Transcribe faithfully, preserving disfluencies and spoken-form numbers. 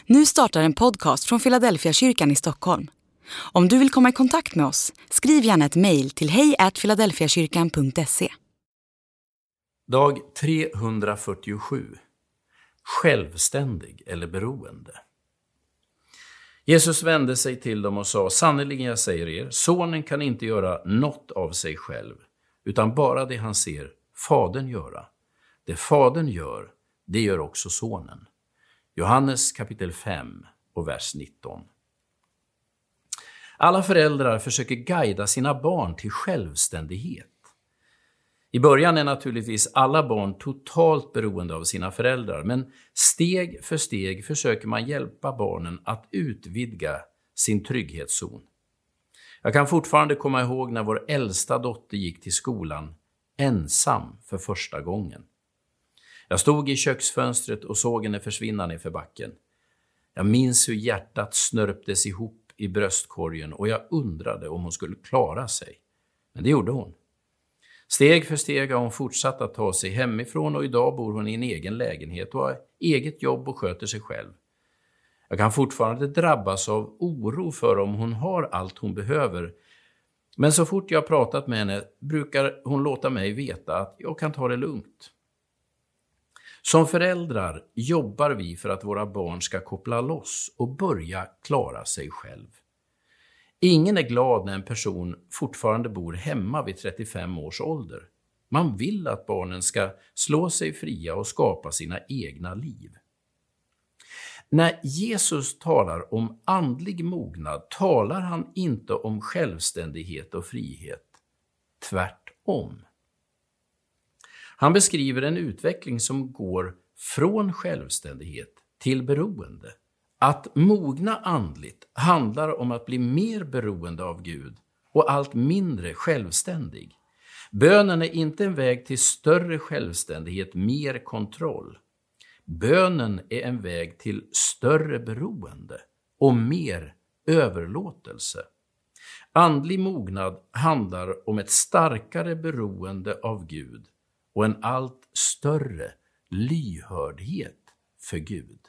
Nu startar en podcast från Philadelphia kyrkan i Stockholm. Om du vill komma i kontakt med oss, skriv gärna ett mejl till hej at philadelphiakyrkan punkt se. Dag trehundrafyrtiosju. Självständig eller beroende. Jesus vände sig till dem och sa: Sannerligen jag säger er, sonen kan inte göra något av sig själv, utan bara det han ser fadern göra. Det fadern gör, det gör också sonen. Johannes kapitel fem och vers nitton. Alla föräldrar försöker guida sina barn till självständighet. I början är naturligtvis alla barn totalt beroende av sina föräldrar, men steg för steg försöker man hjälpa barnen att utvidga sin trygghetszon. Jag kan fortfarande komma ihåg när vår äldsta dotter gick till skolan ensam för första gången. Jag stod i köksfönstret och såg henne försvinna ner för backen. Jag minns hur hjärtat snörptes ihop i bröstkorgen och jag undrade om hon skulle klara sig. Men det gjorde hon. Steg för steg har hon fortsatt att ta sig hemifrån och idag bor hon i en egen lägenhet och har eget jobb och sköter sig själv. Jag kan fortfarande drabbas av oro för om hon har allt hon behöver. Men så fort jag pratat med henne brukar hon låta mig veta att jag kan ta det lugnt. Som föräldrar jobbar vi för att våra barn ska koppla loss och börja klara sig själv. Ingen är glad när en person fortfarande bor hemma vid trettiofem års ålder. Man vill att barnen ska slå sig fria och skapa sina egna liv. När Jesus talar om andlig mognad talar han inte om självständighet och frihet. Tvärtom. Han beskriver en utveckling som går från självständighet till beroende. Att mogna andligt handlar om att bli mer beroende av Gud och allt mindre självständig. Bönen är inte en väg till större självständighet, mer kontroll. Bönen är en väg till större beroende och mer överlåtelse. Andlig mognad handlar om ett starkare beroende av Gud och en allt större lyhördhet för Gud.